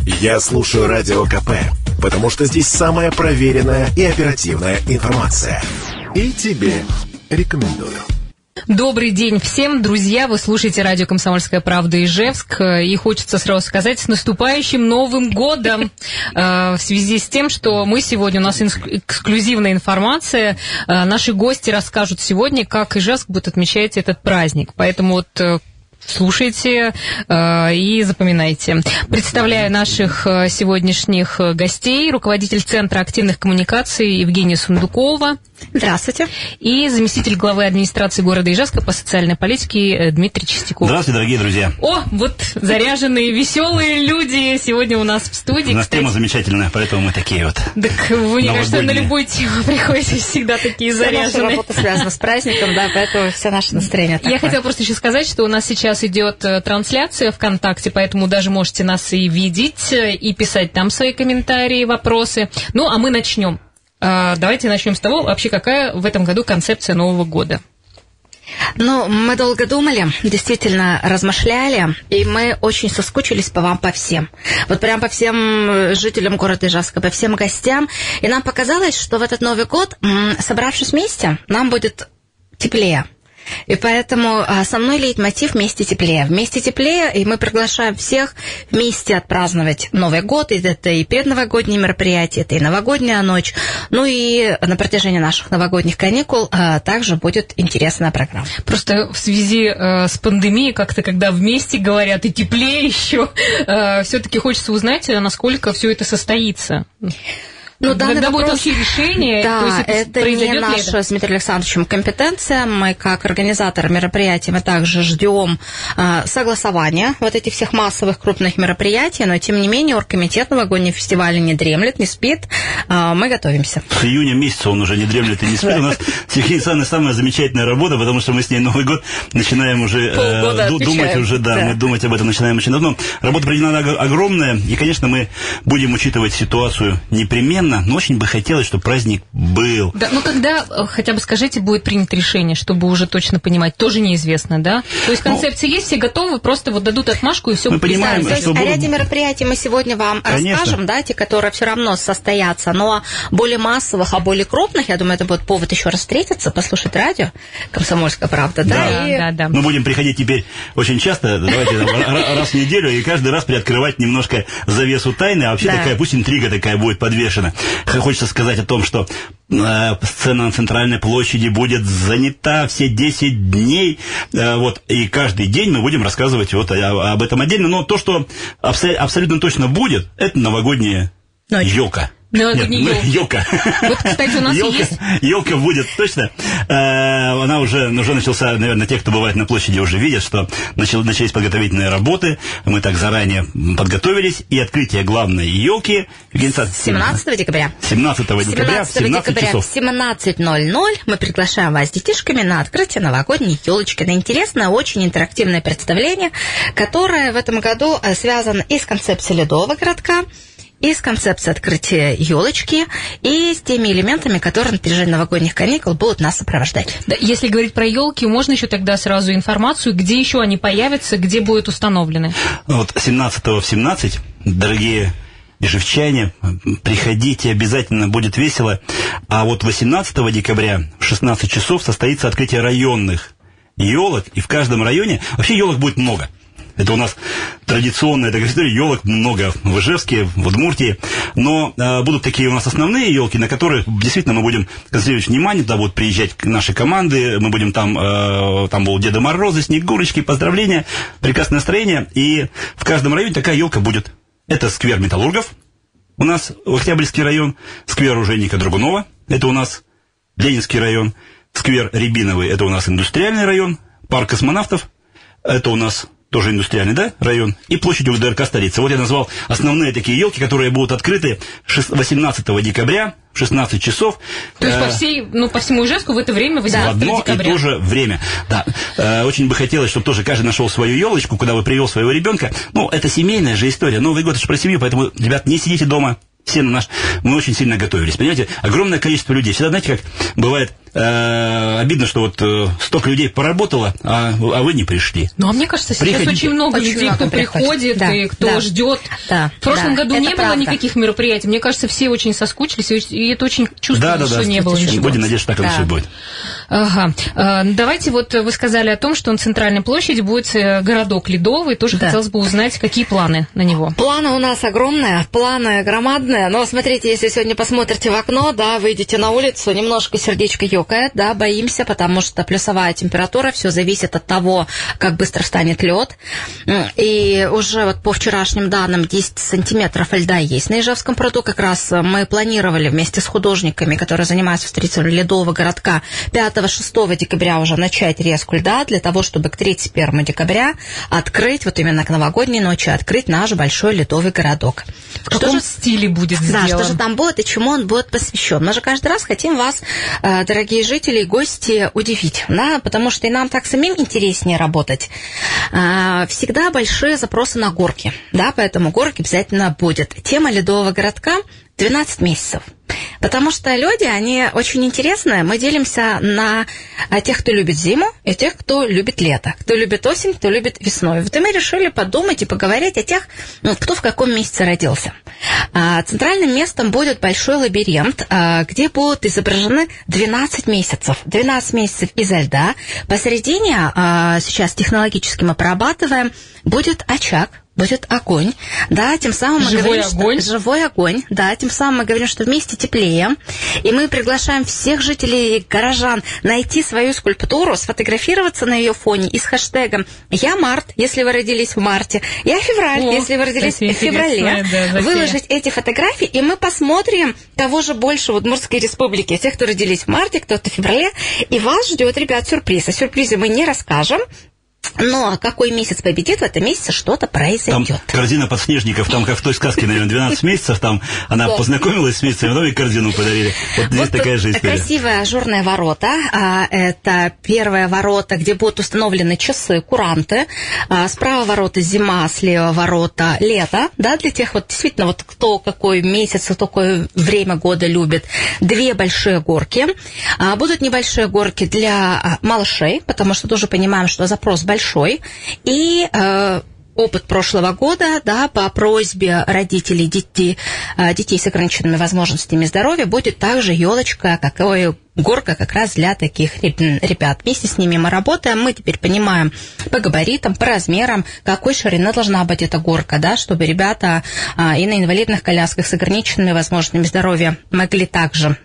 Я слушаю Радио КП, потому что здесь самая проверенная и оперативная информация. И тебе рекомендую. Добрый день всем, друзья. Вы слушаете радио «Комсомольская правда» Ижевск. И хочется сразу сказать, с наступающим Новым годом. В связи с тем, что у нас эксклюзивная информация. Наши гости расскажут сегодня, как Ижевск будет отмечать этот праздник. Поэтому слушайте и запоминайте. Представляю наших сегодняшних гостей. Руководитель Центра активных коммуникаций Евгения Сундукова. Здравствуйте. И заместитель главы администрации города Ижевска по социальной политике Дмитрий Чистяков. Здравствуйте, дорогие друзья. Заряженные, веселые люди сегодня у нас в студии. У нас тема замечательная, поэтому мы такие вот. Так вы, мне кажется, на любую тему приходите всегда такие заряженные. Наша работа связана с праздником, да, поэтому все наше настроение такое. Я хотела просто еще сказать, что у нас сейчас идет трансляция ВКонтакте, поэтому даже можете нас и видеть, и писать там свои комментарии, вопросы. Ну, а мы начнем. Давайте начнем с того, вообще, какая в этом году концепция Нового года. Мы долго думали, действительно размышляли, и мы очень соскучились по вам, по всем. Прям по всем жителям города Ижевска, по всем гостям. И нам показалось, что в этот Новый год, собравшись вместе, нам будет теплее. И поэтому основной лейтмотив «Вместе теплее». Вместе теплее, и мы приглашаем всех вместе отпраздновать Новый год. И это и предновогодние мероприятия, это и новогодняя ночь. И на протяжении наших новогодних каникул также будет интересная программа. Просто в связи с пандемией, как-то когда вместе говорят и теплее еще, все-таки хочется узнать, насколько все это состоится. Когда будет вообще решение? Да, то есть это не наша с Дмитрием Александровичем компетенция. Мы, как организатор мероприятий, мы также ждем согласования этих всех массовых крупных мероприятий, но, тем не менее, оргкомитет новогоднего фестиваля не дремлет, не спит. Мы готовимся. С июня месяца он уже не дремлет и не спит. У нас с Евгенией Александровной самая замечательная работа, потому что мы с ней Новый год начинаем уже думать уже, мы думать об этом начинаем очень давно. Работа определенно огромная, и, конечно, мы будем учитывать ситуацию непременно. Но очень бы хотелось, чтобы праздник был. Да, когда, хотя бы скажите, будет принято решение, чтобы уже точно понимать, тоже неизвестно, да? То есть концепция есть, все готовы, просто дадут отмашку и все. Мы понимаем, то есть о ряде мероприятий мы сегодня вам расскажем, да, те, которые все равно состоятся, но более массовых, а более крупных, я думаю, это будет повод еще раз встретиться, послушать радио «Комсомольская правда», да? Да. Мы будем приходить теперь очень часто, давайте раз в неделю, и каждый раз приоткрывать немножко завесу тайны, а вообще такая, пусть интрига такая будет подвешена. Хочется сказать о том, что сцена на Центральной площади будет занята все 10 дней, и каждый день мы будем рассказывать об этом отдельно. Но то, что абсолютно точно будет, это новогодняя елка. Елка. Кстати, у нас есть. Елка будет точно. Она уже начался, наверное, те, кто бывает на площади, уже видят, что начались подготовительные работы. Мы так заранее подготовились. И открытие главной елки 17 декабря. 17 декабря в 17 часов. В 17:00 мы приглашаем вас с детишками на открытие новогодней елочки. На интересное, очень интерактивное представление, которое в этом году связано и с концепцией ледового городка, и с концепцией открытия елочки, и с теми элементами, которые на протяжении новогодних каникул будут нас сопровождать. Да, если говорить про елки, можно еще тогда сразу информацию, где еще они появятся, где будут установлены? 17-го в 17, дорогие ижевчане, приходите, обязательно будет весело. А 18 декабря в 16 часов состоится открытие районных елок, и в каждом районе вообще елок будет много. Это у нас традиционная такая история, елок много в Ижевске, в Удмуртии, но будут такие у нас основные елки, на которые действительно мы будем концентрировать внимание, туда будут приезжать наши команды, мы будем там будут Деда Морозы, Снегурочки, поздравления, прекрасное настроение, и в каждом районе такая елка будет. Это сквер Металлургов, у нас Октябрьский район, сквер оружейника Драгунова, это у нас Ленинский район, сквер Рябиновый, это у нас Индустриальный район, парк космонавтов, это у нас тоже индустриальный, район, и площадь УГДРК столицы. Я назвал основные такие елки, которые будут открыты 18 декабря в 16 часов. То есть по всему Ижевску в это время, 18 декабря. В одно и то же время, да. Очень бы хотелось, чтобы тоже каждый нашел свою елочку, куда вы привел своего ребенка. Это семейная же история. Новый год — это же про семью, поэтому, ребят, не сидите дома. Все на наш мы очень сильно готовились. Понимаете, огромное количество людей. Всегда, знаете, как бывает обидно, что вот столько людей поработало, а вы не пришли. Ну, а мне кажется, сейчас очень много людей, кто приходит и кто ждет. В прошлом году не было никаких мероприятий. Мне кажется, все очень соскучились, и это очень чувствуется, что не было ничего. Будем надеяться, что так оно все будет. Ага. Давайте, вот вы сказали о том, что на Центральной площади будет городок ледовый. Тоже хотелось бы узнать, какие планы на него. Планы у нас огромные, планы громадные. Но смотрите, если сегодня посмотрите в окно, да, выйдете на улицу, немножко сердечко ёкает, да, боимся, потому что плюсовая температура, все зависит от того, как быстро встанет лед. И уже вот по вчерашним данным 10 сантиметров льда есть на Ижевском пруду. Как раз мы планировали вместе с художниками, которые занимаются строительством ледового городка, 5-6 декабря уже начать резку льда, для того, чтобы к 31 декабря открыть, вот именно к новогодней ночи, открыть наш большой ледовый городок. В каком стиле будет сделан? Да, что же там будет и чему он будет посвящен. Мы же каждый раз хотим вас, дорогие жители и гости, удивить, да, потому что и нам так самим интереснее работать. Всегда большие запросы на горки, да, поэтому горки обязательно будет. Тема ледового городка 12 месяцев. Потому что люди, они очень интересные. Мы делимся на тех, кто любит зиму, и тех, кто любит лето. Кто любит осень, кто любит весной. Вот и мы решили подумать и поговорить о тех, кто в каком месяце родился. Центральным местом будет большой лабиринт, где будут изображены 12 месяцев. 12 месяцев изо льда. Посередине, сейчас технологически мы прорабатываем, будет очаг. Будет огонь, да, тем самым мы говорим, что живой огонь, да, тем самым мы говорим, что вместе теплее, и мы приглашаем всех жителей, горожан найти свою скульптуру, сфотографироваться на ее фоне и с хэштегом «Я март», если вы родились в марте, «Я февраль», если вы родились в феврале, выложить эти фотографии, и мы посмотрим, кого же больше в Удмуртской республике, тех, кто родились в марте, кто-то в феврале, и вас ждет, ребят, сюрприз. О сюрпризе мы не расскажем. Но какой месяц победит, в этом месяце что-то произойдет. Там корзина подснежников, там как в той сказке, наверное, 12 месяцев, там она познакомилась с месяцем, а потом ей корзину подарили. Вот здесь такая же история. Красивые ажурные ворота. Это первые ворота, где будут установлены часы, куранты. Справа ворота зима, слева ворота лето. Да, для тех вот действительно, вот кто какой месяц, кто какое время года любит. 2 большие горки. Будут небольшие горки для малышей, потому что тоже понимаем, что запрос большой. И опыт прошлого года, да, по просьбе родителей детей с ограниченными возможностями здоровья будет также елочка, какая горка как раз для таких ребят. Вместе с ними мы работаем, мы теперь понимаем по габаритам, по размерам, какой ширины должна быть эта горка, да, чтобы ребята и на инвалидных колясках с ограниченными возможностями здоровья могли также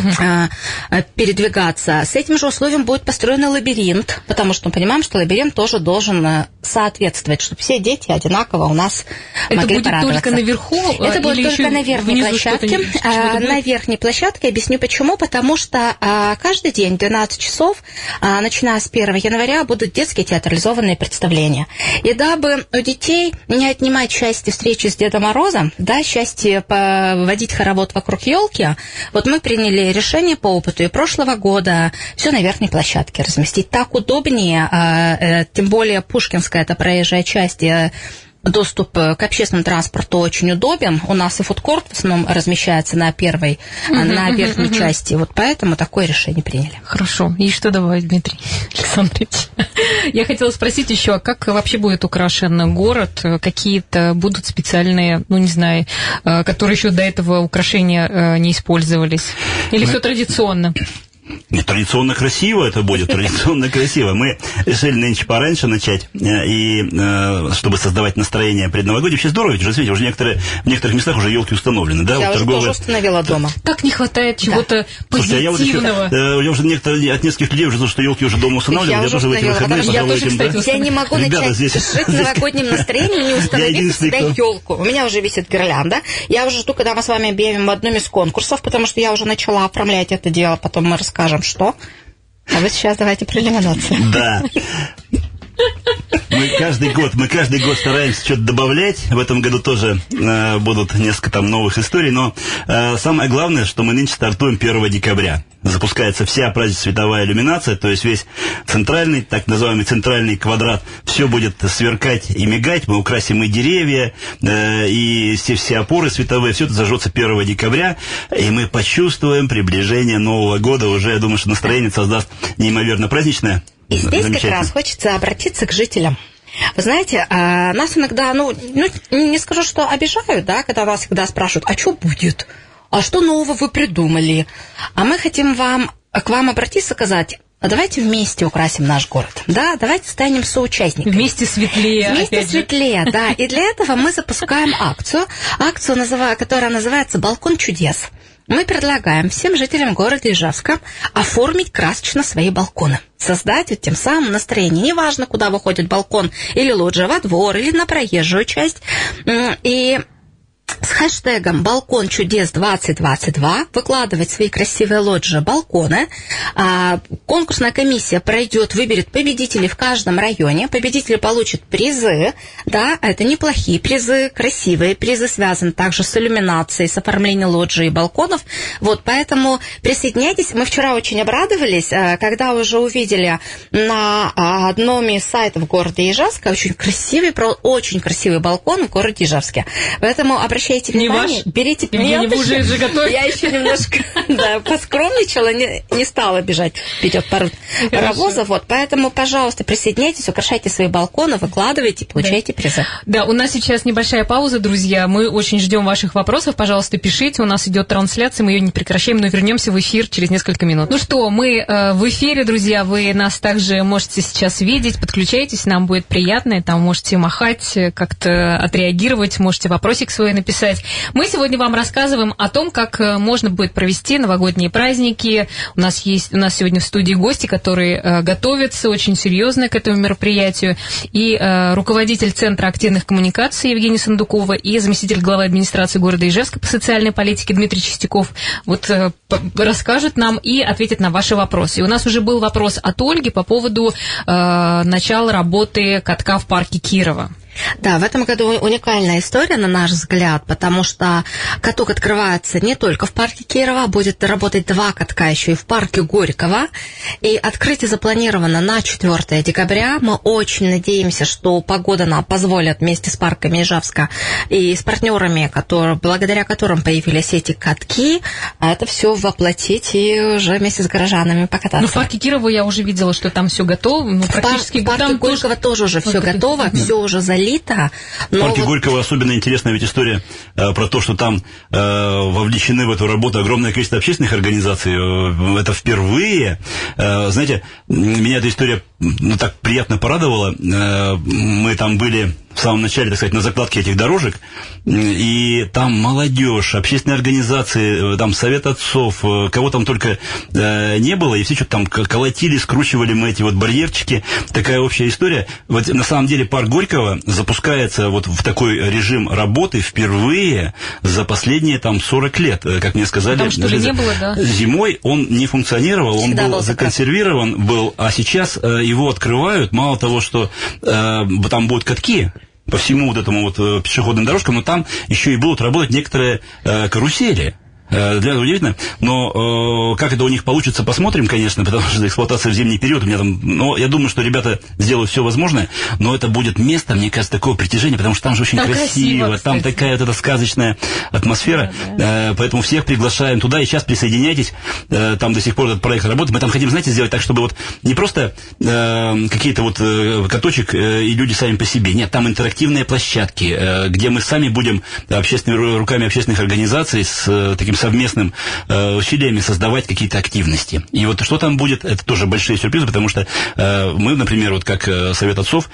передвигаться. С этим же условием будет построен лабиринт, потому что мы понимаем, что лабиринт тоже должен соответствовать, чтобы все дети одинаково у нас могли порадоваться. Это будет только наверху? Это будет только на верхней площадке. На верхней площадке. Объясню почему. Потому что каждый день в 12 часов, начиная с 1 января, будут детские театрализованные представления. И дабы у детей не отнимать счастье встречи с Дедом Морозом, да, счастье водить хоровод вокруг елки, вот мы приняли решение по опыту и прошлого года все на верхней площадке разместить. Так удобнее, тем более Пушкинская, это проезжая часть, доступ к общественному транспорту очень удобен. У нас и фудкорт в основном размещается на верхней части. Вот поэтому такое решение приняли. Хорошо. И что добавить, Дмитрий Александрович? Я хотела спросить еще, а как вообще будет украшен город? Какие-то будут специальные, ну, не знаю, которые еще до этого украшения не использовались? Или все традиционно? Нет, традиционно красиво это будет, традиционно красиво. Мы решили нынче пораньше начать, и чтобы создавать настроение предновогодия. Вообще здорово, ведь уже, смотрите, уже в некоторых местах уже елки установлены. Да? Я вот уже тоже установила дома. Так не хватает чего-то позитивного. Слушайте, я уже от нескольких людей уже знаю, что елки уже дома устанавливали. Я тоже в эти выходные пожалуй этим, да? Я не могу начать жить в новогоднем настроении, не установив у себя елку. У меня уже висит гирлянда. Я уже жду, когда мы с вами объявим в одном из конкурсов, потому что я уже начала оформлять это дело, потом мы расскажем, что. А вы сейчас давайте прелиминацию. Да. Мы каждый год стараемся что-то добавлять. В этом году тоже будут несколько там новых историй. Но самое главное, что мы нынче стартуем 1 декабря. Запускается вся празднично-световая иллюминация, то есть весь центральный, так называемый центральный квадрат, все будет сверкать и мигать. Мы украсим и деревья, и все опоры световые. Все это зажжется 1 декабря. И мы почувствуем приближение Нового года. Уже, я думаю, что настроение создаст неимоверно праздничное. И здесь как раз хочется обратиться к жителям. Вы знаете, нас иногда, не скажу, что обижают, да, когда нас всегда спрашивают, а что будет? А что нового вы придумали? А мы хотим к вам обратиться и сказать, давайте вместе украсим наш город, да, давайте станем соучастниками. Вместе светлее. Вместе светлее, да. И для этого мы запускаем акцию, которая называется «Балкон чудес». Мы предлагаем всем жителям города Ижевска оформить красочно свои балконы. Создать тем самым настроение. Неважно, куда выходит балкон или лоджия, во двор, или на проезжую часть. И с хэштегом «Балкон чудес 2022» выкладывать свои красивые лоджии, балконы. Конкурсная комиссия выберет победителей в каждом районе. Победители получат призы. Да, это неплохие призы, красивые призы, связаны также с иллюминацией, с оформлением лоджий и балконов. Вот, поэтому присоединяйтесь. Мы вчера очень обрадовались, когда уже увидели на одном из сайтов города Ижевска очень красивый балкон в городе Ижевске. Поэтому обращайте внимание, берите клиентов. Я еще немножко поскромничала, не стала бежать вперед паровоза. Вот, поэтому, пожалуйста, присоединяйтесь, украшайте свои балконы, выкладывайте, получайте призы. Да, у нас сейчас небольшая пауза, друзья. Мы очень ждем ваших вопросов. Пожалуйста, пишите. У нас идет трансляция, мы ее не прекращаем, но вернемся в эфир через несколько минут. Ну что, мы в эфире, друзья. Вы нас также можете сейчас видеть. Подключайтесь, нам будет приятно. Там можете махать, как-то отреагировать, можете вопросик свой написать. Мы сегодня вам рассказываем о том, как можно будет провести новогодние праздники. У нас сегодня в студии гости, которые готовятся очень серьезно к этому мероприятию. И руководитель Центра активных коммуникаций Евгения Сандукова и заместитель главы администрации города Ижевска по социальной политике Дмитрий Чистяков расскажут нам и ответят на ваши вопросы. И у нас уже был вопрос от Ольги по поводу начала работы катка в парке Кирова. Да, в этом году уникальная история, на наш взгляд, потому что каток открывается не только в парке Кирова, будет работать 2 катка еще и в парке Горького. И открытие запланировано на 4 декабря. Мы очень надеемся, что погода нам позволит вместе с парками Ижевска и с партнерами, благодаря которым появились эти катки, это все воплотить и уже вместе с горожанами покататься. Ну, в парке Кирова я уже видела, что там все готово. Практически в парке Горького тоже уже все готово, все уже залито. В парке Горького особенно интересная ведь история про то, что там вовлечены в эту работу огромное количество общественных организаций. Это впервые. Знаете, меня эта история так приятно порадовала. Мы там были в самом начале, так сказать, на закладке этих дорожек, и там молодежь, общественные организации, там совет отцов, кого там только не было, и все что-то там колотили, скручивали мы эти вот барьерчики, такая общая история. Вот на самом деле парк Горького запускается вот в такой режим работы впервые за последние там 40 лет, как мне сказали. Там что ли не было, да? Зимой он не функционировал, он был законсервирован, а сейчас его открывают, мало того, что там будут катки по всему вот этому вот пешеходным дорожкам, но там еще и будут работать некоторые карусели. Для этого удивительно, но как это у них получится, посмотрим, конечно, потому что эксплуатация в зимний период у меня там, я думаю, что ребята сделают все возможное, но это будет место, мне кажется, такого притяжения, потому что там же очень красиво, там такая вот эта сказочная атмосфера, поэтому всех приглашаем туда, и сейчас присоединяйтесь, там до сих пор этот проект работает, мы там хотим, знаете, сделать так, чтобы вот не просто какие-то вот каточек и люди сами по себе, нет, там интерактивные площадки, где мы сами будем руками общественных организаций с таким совместным усилиями создавать какие-то активности. И вот что там будет, это тоже большие сюрпризы, потому что мы, например, вот как Совет отцов,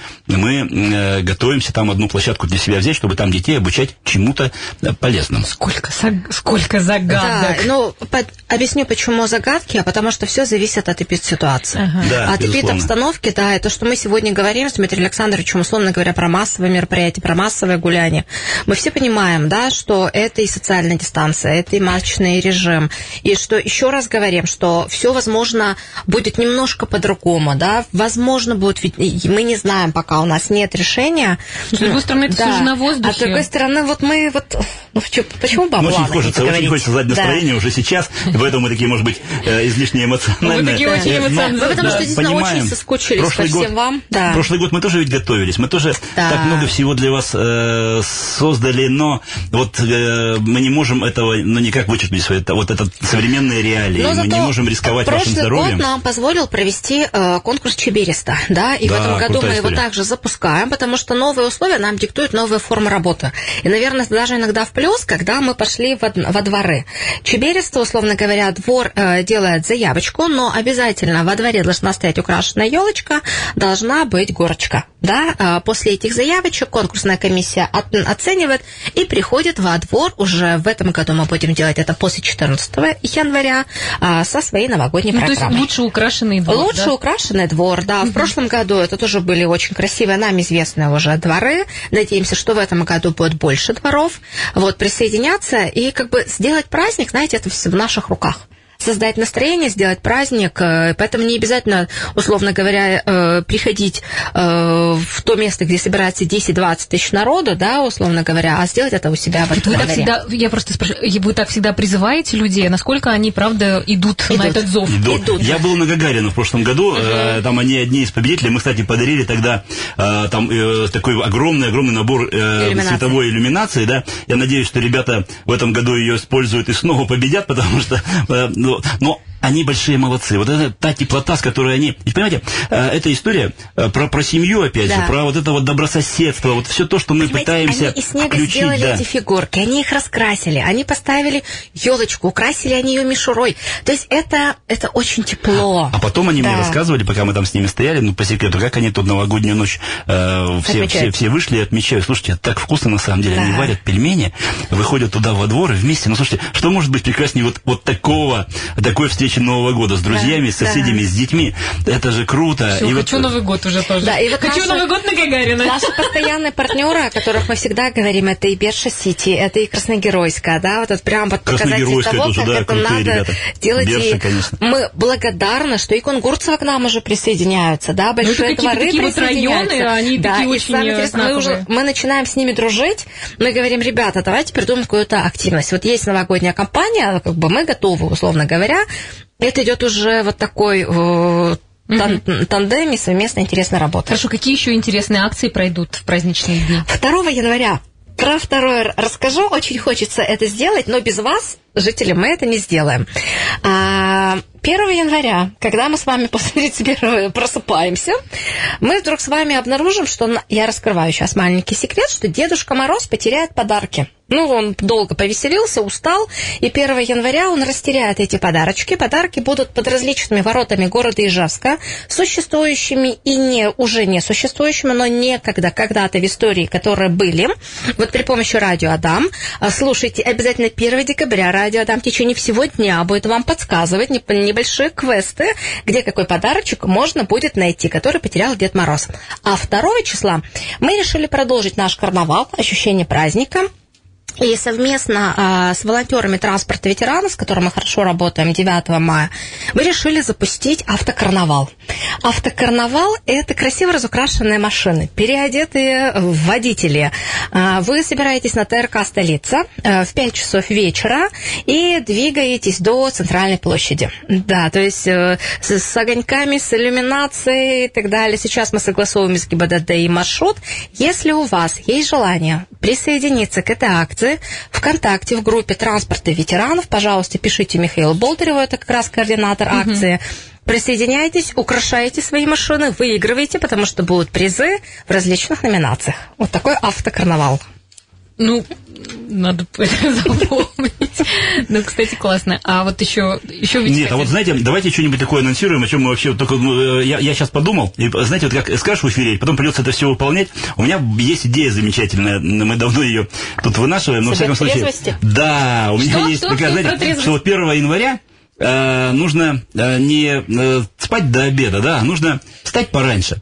мы готовимся там одну площадку для себя взять, чтобы там детей обучать чему-то полезному. Сколько загадок. Да, объясню, почему загадки, а потому что все зависит от эпидситуации. Да, от эпидобстановки, да, это что мы сегодня говорим с Дмитрием Александровичем, условно говоря, про массовые мероприятия, про массовое гуляние. Мы все понимаем, да, что это и социальная дистанция, это и праздничный режим. И что еще раз говорим, что все, возможно, будет немножко по-другому, да, возможно, будет, ведь мы не знаем, пока у нас нет решения. С другой стороны, это все же на воздухе. А с другой стороны, вот мы почему бабла? Очень хочется задать настроение уже сейчас, поэтому мы такие, может быть, излишне эмоциональные. Вы такие очень эмоциональные. Потому что действительно очень соскучились по всем вам. Прошлый год мы тоже ведь готовились, мы тоже так много всего для вас создали, но вот мы не можем этого, никак вычеркнуть, вот это современные реалии, мы не можем рисковать вашим здоровьем. Прошлый год нам позволил провести конкурс Чебереста, да, и в этом году мы его также запускаем, потому что новые условия нам диктуют новые формы работы. И, наверное, даже иногда в плюс, когда мы пошли во дворы. Чебереста, условно говоря, двор делает заявочку, но обязательно во дворе должна стоять украшенная елочка, должна быть горочка. Да? После этих заявочек конкурсная комиссия оценивает и приходит во двор. Уже в этом году мы будем делать это после 14 января со своей новогодней программой. То есть лучше украшенный двор, Лучше украшенный двор, да. В прошлом году это тоже были очень красивые, нам известные уже дворы. Надеемся, что в этом году будет больше дворов. Вот, присоединяться и как бы сделать праздник, знаете, это все в наших руках. Создать настроение, сделать праздник, поэтому не обязательно, условно говоря, приходить в то место, где собирается 10-20 тысяч народу, да, условно говоря, а сделать это у себя во дворе. Я просто спрашиваю, вы так всегда призываете людей, насколько они, правда, идут на этот зов? Идут. Я был на Гагарина в прошлом году, там они одни из победителей, мы, кстати, подарили тогда там такой огромный набор световой иллюминации, да, я надеюсь, что ребята в этом году ее используют и снова победят, потому что... Но они большие молодцы. Вот это та теплота, с которой они... Ведь, понимаете, эта история про семью, опять же, про вот это вот добрососедство, вот все то, что мы пытаемся они из снега включить. Сделали эти фигурки, они их раскрасили, они поставили елочку, украсили они ее мишурой. То есть это очень тепло. А потом они мне рассказывали, пока мы там с ними стояли, ну, по секрету, как они тут новогоднюю ночь все вышли и отмечают. Слушайте, так вкусно, на самом деле. Они варят пельмени, выходят туда во двор и вместе. Ну, слушайте, что может быть прекраснее вот такой встречи Нового года с друзьями, с соседями, с детьми? Это же круто. Все, хочу Новый год уже тоже. Да, и вот хочу Новый год на Гагарина. Наши постоянные партнеры, о которых мы всегда говорим, это и Берша-Сити, это и Красногеройская, да, вот прям вот показатель того, тоже, как это надо ребята. делать. Берша, конечно. Мы благодарны, что и Кунгурцево к нам уже присоединяются, да, большие дворы такие вот районы, они такие очень знаковые. Мы начинаем с ними дружить, мы говорим, ребята, давайте придумаем какую-то активность. Вот есть новогодняя кампания, как бы мы готовы, условно говоря. Это идет уже вот такой тандеме совместно интересной работы. Хорошо, какие еще интересные акции пройдут в праздничные дни? 2 января. Про второе расскажу. Очень хочется это сделать, но без вас, жители, мы это не сделаем. 1 января, когда мы с вами после 31 просыпаемся, мы вдруг с вами обнаружим, что, я раскрываю сейчас маленький секрет, что Дедушка Мороз потеряет подарки. Ну, он долго повеселился, устал, и 1 января он растеряет эти подарочки. Подарки будут под различными воротами города Ижевска, существующими и уже не существующими, но некогда, когда-то в истории, которые были. Вот при помощи Радио Адам. Слушайте обязательно 1 декабря. Радио Адам в течение всего дня будет вам подсказывать небольшие квесты, где какой подарочек можно будет найти, который потерял Дед Мороз. А 2 числа мы решили продолжить наш карнавал, ощущение праздника. И совместно с волонтерами транспорта ветеранов, с которыми мы хорошо работаем 9 мая, мы решили запустить автокарнавал. Автокарнавал – это красиво разукрашенные машины, переодетые водители. Вы собираетесь на ТРК «Столица» в 5 часов вечера и двигаетесь до центральной площади. Да, то есть с огоньками, с иллюминацией и так далее. Сейчас мы согласовываем с ГИБДД и маршрут. Если у вас есть желание присоединиться к этой акции, ВКонтакте в группе «Транспорта ветеранов», пожалуйста, пишите Михаилу Болдыреву, это как раз координатор акции. Присоединяйтесь, украшайте свои машины, выигрывайте, потому что будут призы в различных номинациях. Вот такой автокарнавал. Ну, надо это запомнить. Ну, кстати, классно. А вот еще ведь... Нет, а вот знаете, давайте что-нибудь такое анонсируем, о чем мы вообще... Только я сейчас подумал, и знаете, вот как скажешь в эфире, потом придется это все выполнять. У меня есть идея замечательная, мы давно ее тут вынашиваем, но в всяком случае... Трезвости? Да, у меня есть такая, знаете, что вот 1 января нужно не спать до обеда, да, нужно встать пораньше.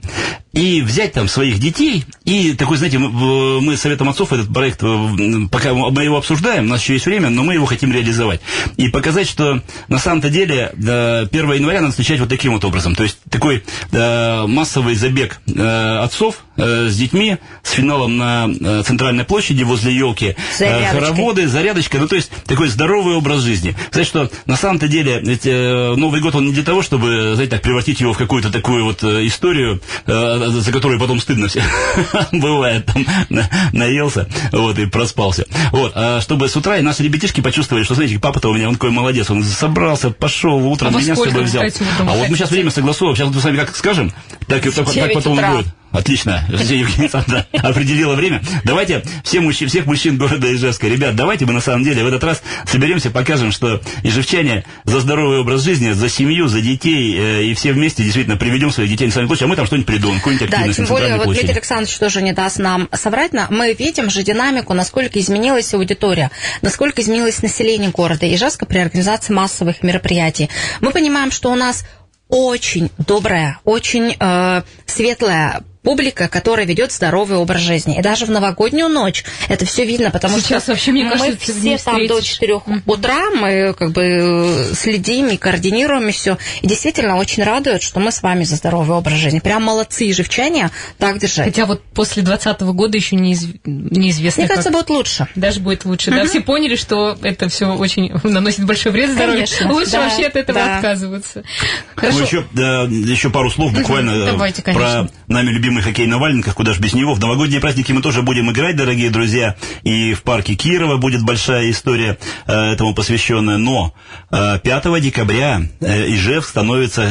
и взять там своих детей, и такой, знаете, мы с Советом отцов этот проект, пока мы его обсуждаем, у нас еще есть время, но мы его хотим реализовать. И показать, что на самом-то деле 1 января надо встречать вот таким вот образом. То есть такой массовый забег отцов с детьми, с финалом на центральной площади возле елки, хороводы, зарядочка, ну то есть такой здоровый образ жизни. Сказать, что на самом-то деле ведь Новый год он не для того, чтобы, знаете, так, превратить его в какую-то такую вот историю, за которую потом стыдно все бывает, там наелся, вот, и проспался. Вот, а чтобы с утра и наши ребятишки почувствовали, что, знаете, папа-то у меня, он такой молодец, он собрался, пошел, утром меня с собой взял. А вот мы сейчас время согласовываем, сейчас мы с вами как скажем, так потом и будет. Отлично, Евгения определила время. Давайте всех мужчин города Ижевска, ребят, давайте мы на самом деле в этот раз соберемся, покажем, что ижевчане за здоровый образ жизни, за семью, за детей, и все вместе действительно приведем своих детей на центральную площадь, а мы там что-нибудь придумаем, какую-нибудь активность на центральной площади. Да, тем более, вот Дмитрий Александрович тоже не даст нам соврать, мы видим же динамику, насколько изменилась аудитория, насколько изменилось население города Ижевска при организации массовых мероприятий. Мы понимаем, что у нас очень добрая, очень светлая публика, которая ведет здоровый образ жизни. И даже в новогоднюю ночь это все видно, потому сейчас что вообще, мне кажется, мы все там до 4 утра, мы как бы следим и координируем и все. И действительно очень радует, что мы с вами за здоровый образ жизни. Прям молодцы ижевчане, так держать. Хотя вот после 2020 года еще неизвестно. Мне кажется, будет лучше. Даже будет лучше. Да, все поняли, что это все очень наносит большой вред здоровью. Конечно. Лучше вообще от этого отказываться. Хорошо. Еще пару слов буквально про нами любимый хоккей на валенках, куда ж без него. В новогодние праздники мы тоже будем играть, дорогие друзья, и в парке Кирова будет большая история этому посвященная. Но 5 декабря Ижевск становится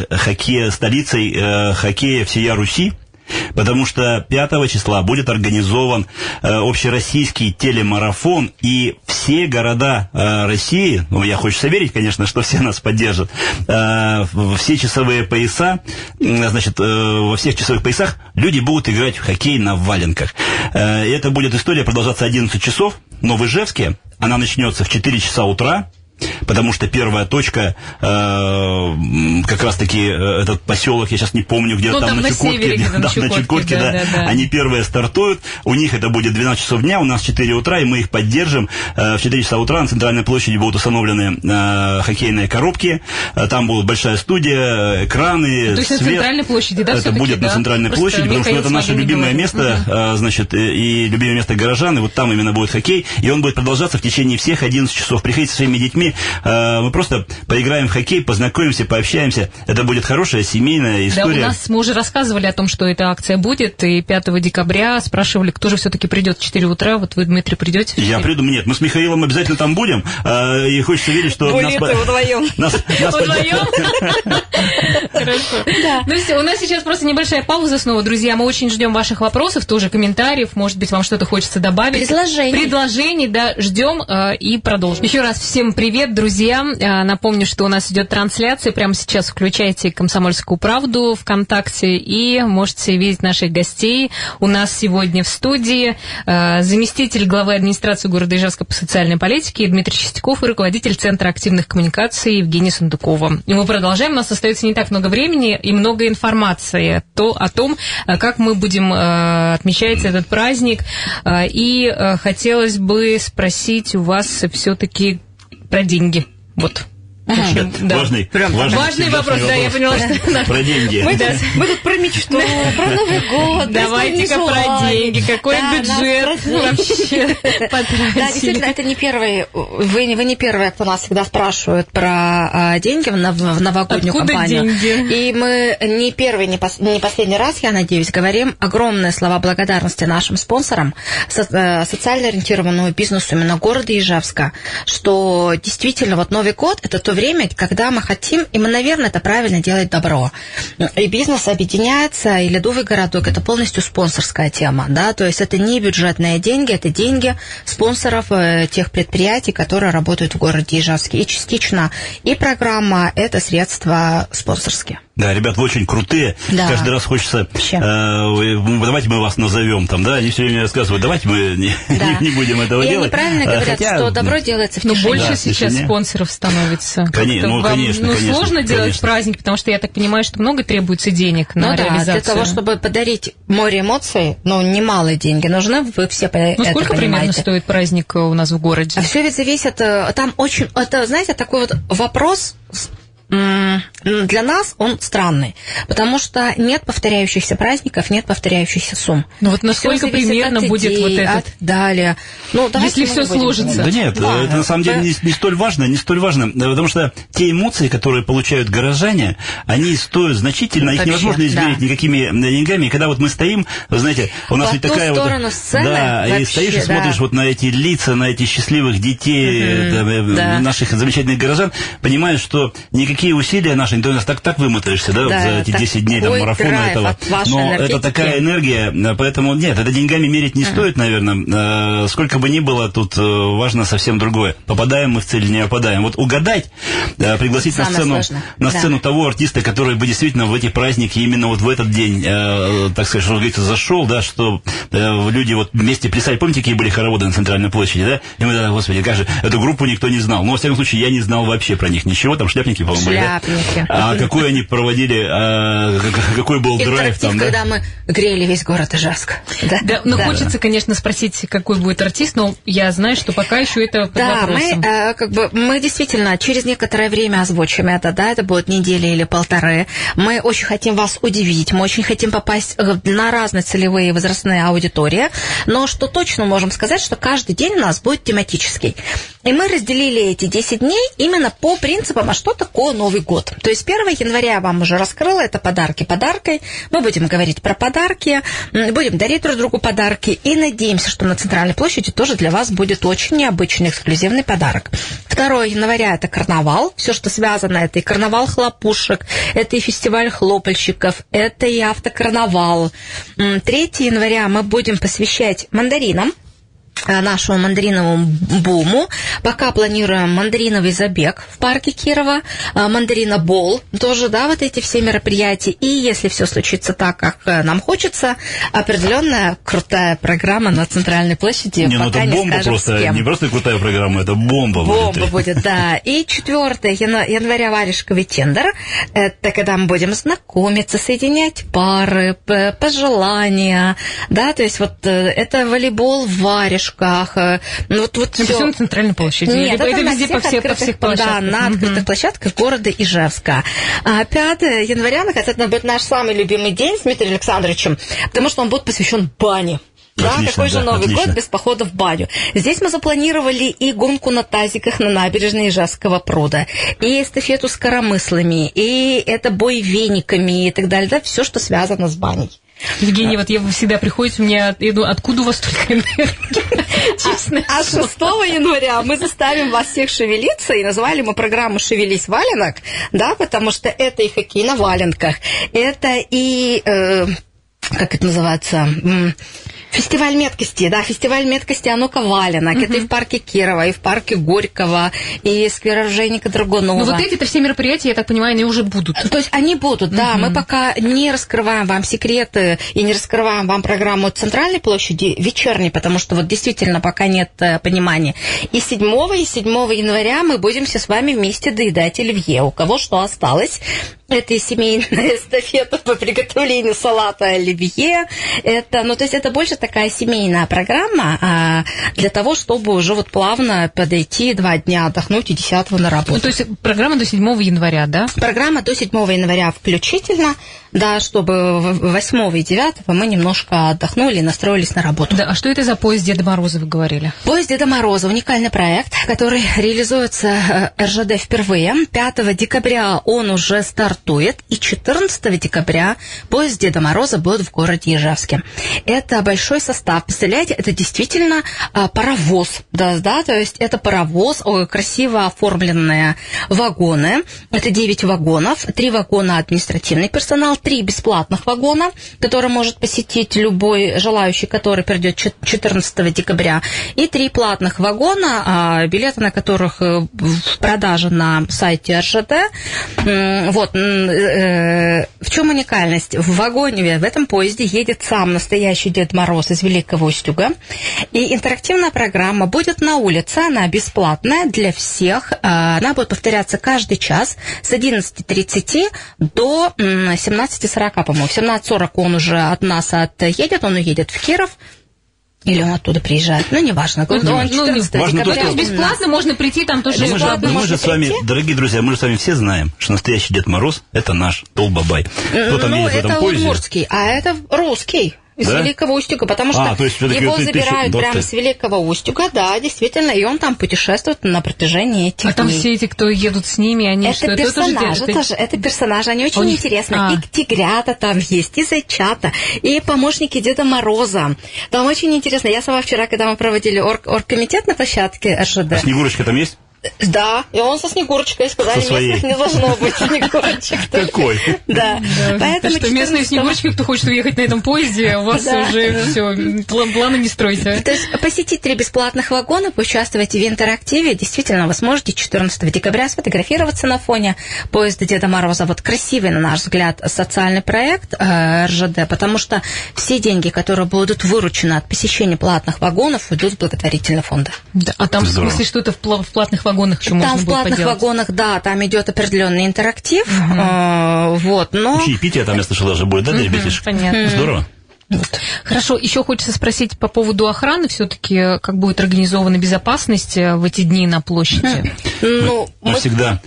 столицей хоккея всея Руси, потому что 5 числа будет организован общероссийский телемарафон, и все города России, я хочется верить, конечно, что все нас поддержат, все часовые пояса, значит, во всех часовых поясах люди будут играть в хоккей на валенках. Это будет история продолжаться 11 часов, но в Ижевске она начнется в 4 часа утра, потому что первая точка, как раз-таки этот поселок, я сейчас не помню, где там на Чукотке, да, они первые стартуют, у них это будет 12 часов дня, у нас 4 утра, и мы их поддержим. В 4 часа утра на центральной площади будут установлены хоккейные коробки, там будут большая студия, экраны, то есть свет. На центральной площади, да? Это будет на центральной площади, потому что это наше любимое место, значит, и любимое место горожан, и вот там именно будет хоккей, и он будет продолжаться в течение всех 11 часов. Приходите со своими детьми, мы просто поиграем в хоккей, познакомимся, пообщаемся. Это будет хорошая семейная история. Да, мы уже рассказывали о том, что эта акция будет, и 5 декабря спрашивали, кто же все-таки придет в 4 утра. Вот вы, Дмитрий, придете? Я приду. Нет, мы с Михаилом обязательно там будем, и хочется верить, что вдвоем. Вдвоем? Хорошо. Ну все, у нас сейчас просто небольшая пауза снова, друзья. Мы очень ждем ваших вопросов, тоже комментариев. Может быть, вам что-то хочется добавить. Предложений, да, ждем и продолжим. Еще раз всем привет, друзья. Напомню, что у нас идет трансляция. Прямо сейчас включайте «Комсомольскую правду» ВКонтакте и можете видеть наших гостей. У нас сегодня в студии заместитель главы администрации города Ижевска по социальной политике Дмитрий Чистяков и руководитель Центра активных коммуникаций Евгения Сундукова. И мы продолжаем. У нас остается не так много времени и много информации о том, как мы будем отмечать этот праздник. И хотелось бы спросить у вас все-таки про деньги. Вот. Да. Важный вопрос, да, я поняла, что... Про деньги. Мы тут про мечту, про Новый год. Давайте-ка про деньги. Какой бюджет вообще потратили? Да, действительно, это не первый... Вы не первые, кто нас всегда спрашивают про деньги в новогоднюю кампанию. Откуда деньги? И мы не первый, не последний раз, я надеюсь, говорим огромные слова благодарности нашим спонсорам, социально ориентированному бизнесу именно города Ижевска, что действительно вот Новый год – это то время, когда мы хотим, и мы, наверное, это правильно делать добро. И бизнес объединяется, и Ледовый городок – это полностью спонсорская тема, да, то есть это не бюджетные деньги, это деньги спонсоров тех предприятий, которые работают в городе Ижевске. И частично и программа – это средства спонсорские. Да, ребят, вы очень крутые. Да. Каждый раз хочется, давайте мы вас назовем там, да, они все время рассказывают, давайте мы не будем этого делать. И они правильно говорят, что добро делается в тишине. Но больше сейчас спонсоров становится. Конечно. Сложно делать праздник, потому что я так понимаю, что много требуется денег на реализацию. Для того, чтобы подарить море эмоций, немалые деньги нужны, вы все это понимаете. Сколько примерно стоит праздник у нас в городе? Все ведь зависит, там очень, это, знаете, такой вот вопрос. Для нас он странный, потому что нет повторяющихся праздников, нет повторяющихся сумм. Ну вот насколько примерно будет вот этот? Далее. Если все сложится. Да нет, это на самом деле не столь важно, потому что те эмоции, которые получают горожане, они стоят значительно, их невозможно измерить никакими деньгами. И когда вот мы стоим, вы знаете, у нас ведь такая вот... Да, и стоишь и смотришь вот на эти лица, на этих счастливых детей, наших замечательных горожан, понимаешь, что никакие усилия наши, ты у нас так вымотаешься, да, за эти 10 дней там, марафона этого. Но это такая энергия, поэтому нет, это деньгами мерить не стоит, наверное. Сколько бы ни было, тут важно совсем другое. Попадаем мы в цель или не попадаем. Вот угадать, пригласить на сцену того артиста, который бы действительно в эти праздники, именно вот в этот день, так сказать, что говорится, зашел, да, что люди вот вместе плясали. Помните, какие были хороводы на Центральной площади, да? И мы тогда, господи, как же, эту группу никто не знал. Но, во всяком случае, я не знал вообще про них ничего. Там шляпники, по-моему, шляпники. А какой они проводили, какой был драйв там, да? Когда мы грели весь город Ижевск. Хочется, конечно, спросить, какой будет артист, но я знаю, что пока еще это под вопросом. Мы действительно через некоторое время озвучим это, да, это будет неделя или полторы. Мы очень хотим вас удивить, мы очень хотим попасть на разные целевые возрастные аудитории, но что точно можем сказать, что каждый день у нас будет тематический. И мы разделили эти 10 дней именно по принципам, а что такое Новый год. То есть 1 января я вам уже раскрыла, это подарки подаркой. Мы будем говорить про подарки, будем дарить друг другу подарки и надеемся, что на Центральной площади тоже для вас будет очень необычный эксклюзивный подарок. 2 января это карнавал, все, что связано, это и карнавал хлопушек, это и фестиваль хлопальщиков, это и автокарнавал. 3 января мы будем посвящать мандаринам, нашему мандариновому буму. Пока планируем мандариновый забег в парке Кирова, мандаринобол, тоже, да, вот эти все мероприятия. И если все случится так, как нам хочется, определенная крутая программа на Центральной площади. Пока это бомба просто, не просто крутая программа, это бомба будет. Бомба будет, да. И 4 января варежковый тендер. Это когда мы будем знакомиться, соединять пары, пожелания, да, то есть вот это волейбол в варежках. Вот все на Центральной площади. Нет, это везде по всех площадках. Да, на открытых площадках города Ижевска. 5 января, это будет наш самый любимый день с Дмитрием Александровичем, потому что он будет посвящен бане. Да, отлично, такой же Новый год без похода в баню. Здесь мы запланировали и гонку на тазиках на набережной Ижевского пруда, и эстафету с коромыслами, и это бой вениками и так далее. Да, все, что связано с баней. Евгений, вот вы всегда приходите, я думаю, откуда у вас столько энергии? Честно. А 6 января мы заставим вас всех шевелиться, и назвали мы программу «Шевелись, валенок», да, потому что это и хоккей на валенках, это и, как это называется... Фестиваль меткости, да, фестиваль меткости «А-ну-ка, валенок». Это и в парке Кирова, и в парке Горького, и сквер Оружейника Драгунова. Но вот эти-то все мероприятия, я так понимаю, они уже будут. То есть они будут, да. Мы пока не раскрываем вам секреты и не раскрываем вам программу Центральной площади вечерней, потому что вот действительно пока нет понимания. И 7 января мы будем все с вами вместе доедать оливье. У кого что осталось. Это и семейная эстафета по приготовлению салата оливье. Это, то есть это больше такая семейная программа для того, чтобы уже вот плавно подойти 2 дня отдохнуть и 10-го на работу. То есть программа до 7 января, да? Программа до 7 января включительно, да, чтобы 8 и 9 мы немножко отдохнули и настроились на работу. Да, а что это за поезд Деда Мороза, вы говорили? Поезд Деда Мороза – уникальный проект, который реализуется РЖД впервые. 5 декабря он уже стартует, и 14 декабря поезд Деда Мороза будет в городе Ижевске. Это большой состав. Представляете, это действительно паровоз, да, то есть это паровоз, красиво оформленные вагоны. Это 9 вагонов, 3 вагона административный персонал, 3 бесплатных вагона, которые может посетить любой желающий, который придет 14 декабря, и 3 платных вагона, билеты на которых в продаже на сайте РЖД. Вот, в чем уникальность? В вагоне, в этом поезде едет сам настоящий Дед Мороз из Великого Устюга. И интерактивная программа будет на улице, она бесплатная для всех. Она будет повторяться каждый час с 11:30 до 17:40, по-моему. В 17:40 он уже от нас отъедет, он уедет в Киров. Или он оттуда приезжает, ну, неважно. Он 14 декабря. Бесплатно можно прийти, там тоже бесплатно. Мы же с вами, дорогие друзья, мы же с вами все знаем, что настоящий Дед Мороз – это наш Толбабай. Кто там едет в этом поезде? Это удмуртский, а это русский. Из Великого Устюга, потому что его забирают прямо с Великого Устюга, да, действительно, и он там путешествует на протяжении этих дней. Там все эти, кто едут с ними, они это персонажи, это персонажи, они очень интересные. И тигрята там есть, и зайчата, и помощники Деда Мороза. Там очень интересно. Я сама вчера, когда мы проводили оргкомитет на площадке РЖД... А Снегурочка там есть? Да, и он со Снегурочкой, сказали, местных не должно быть Снегурочек. Какой? Да. Поэтому что местные Снегурочки, кто хочет уехать на этом поезде, у вас уже все, планы не стройте. То есть посетить 3 бесплатных вагона, поучаствовать в интерактиве, действительно, вы сможете 14 декабря сфотографироваться на фоне поезда Деда Мороза. Вот красивый, на наш взгляд, социальный проект РЖД, потому что все деньги, которые будут выручены от посещения платных вагонов, идут в благотворительный фонд. Да, а там в смысле что-то в платных вагонах еще можно будет поделать? Там в платных вагонах, да, там идет определенный интерактив, вот, но... Чаепитие там, я слышала, даже будет, да, для ребятишек? Понятно. Здорово. Вот. Хорошо, еще хочется спросить по поводу охраны, все-таки как будет организована безопасность в эти дни на площади? Мы всегда,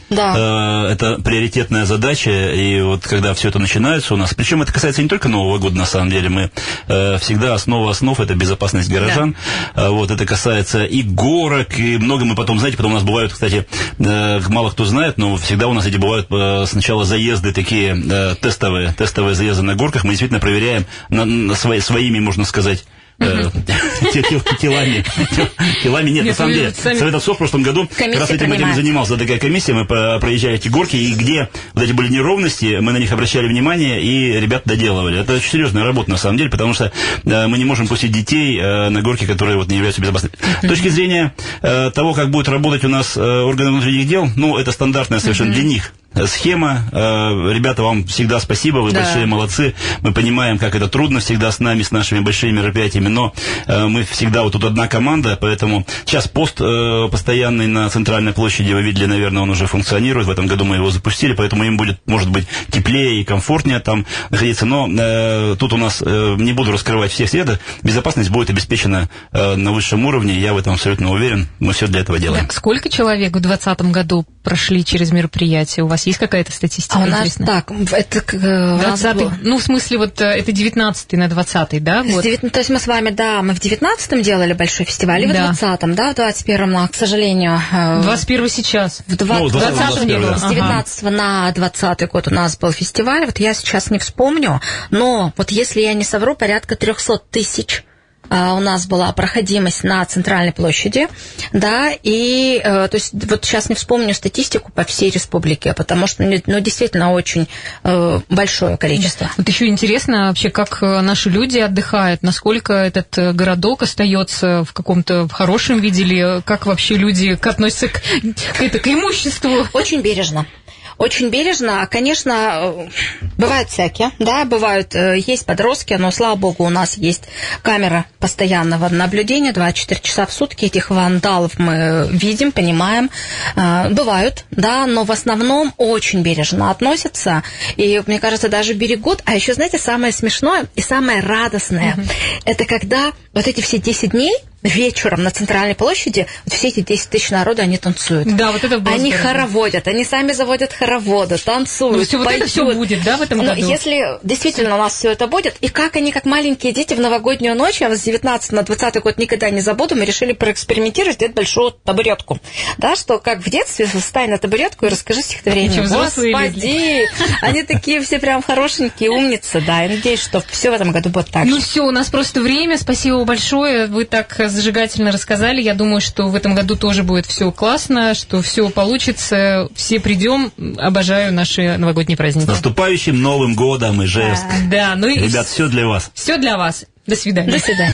это приоритетная задача, и вот когда все это начинается у нас, причем это касается не только Нового года, на самом деле, мы всегда основа основ, это безопасность горожан, вот, это касается и горок, и много мы потом, знаете, потом у нас бывают, кстати, мало кто знает, но всегда у нас эти бывают сначала заезды такие тестовые заезды на горках, мы действительно проверяем своими, можно сказать, телами нет, на самом деле. Совет отцов в прошлом году как раз этим занимался, такая комиссия, мы проезжали эти горки, и где вот эти были неровности, мы на них обращали внимание, и ребята доделывали. Это очень серьезная работа, на самом деле, потому что мы не можем пустить детей на горки, которые вот не являются безопасными. С точки зрения того, как будет работать у нас органы внутренних дел, ну, это стандартная совершенно для них схема. Ребята, вам всегда спасибо, вы большие молодцы. Мы понимаем, как это трудно всегда с нами, с нашими большими мероприятиями, но мы всегда вот тут одна команда, поэтому сейчас пост постоянный на Центральной площади, вы видели, наверное, он уже функционирует. В этом году мы его запустили, поэтому им будет, может быть, теплее и комфортнее там находиться. Но тут у нас, не буду раскрывать все секреты, безопасность будет обеспечена на высшем уровне, я в этом абсолютно уверен. Мы все для этого делаем. Сколько человек в 2020 году прошли через мероприятие? У вас есть какая-то статистика? А у нас так, это 20-й, ну, в смысле, вот это 19-й на 20-й, да? Вот. То есть мы с вами, да, мы в 19-м делали большой фестиваль, и в 20-м, да, в 21-м, к сожалению... 21-й сейчас. В 20-м не было. С 19-го на 20-й год у нас был фестиваль, вот я сейчас не вспомню, но вот если я не совру, порядка 300 тысяч у нас была проходимость на Центральной площади, да, и, то есть, вот сейчас не вспомню статистику по всей республике, потому что, ну, действительно, очень большое количество. Вот еще интересно вообще, как наши люди отдыхают, насколько этот городок остается в каком-то хорошем виде, или как вообще люди относятся к имуществу? Очень бережно. Очень бережно, конечно, бывают всякие, да, бывают, есть подростки, но, слава богу, у нас есть камера постоянного наблюдения, 24 часа в сутки, этих вандалов мы видим, понимаем, бывают, да, но в основном очень бережно относятся, и, мне кажется, даже берегут, а еще, знаете, самое смешное и самое радостное, это когда вот эти все 10 дней, вечером на Центральной площади, вот все эти 10 тысяч народу, они танцуют. Да, вот это было они хороводят, они сами заводят хороводы, танцуют, ну, поют. Вот это все будет, да, в этом году? Если действительно у нас все это будет, и как они, как маленькие дети в новогоднюю ночь, я вас с 19 на 20 год никогда не забуду, мы решили проэкспериментировать, сделать большую табуретку. Да, что как в детстве, встань на табуретку и расскажи стихотворение. Господи! Они такие все прям хорошенькие, умницы, да, я надеюсь, что все в этом году будет так же. Ну все, у нас просто время, спасибо большое, вы так зажигательно рассказали. Я думаю, что в этом году тоже будет все классно, что все получится, все придем. Обожаю наши новогодние праздники. С наступающим Новым годом, Ижевск. Да, ну и... Ребят, все для вас. Все для вас. До свидания. До свидания.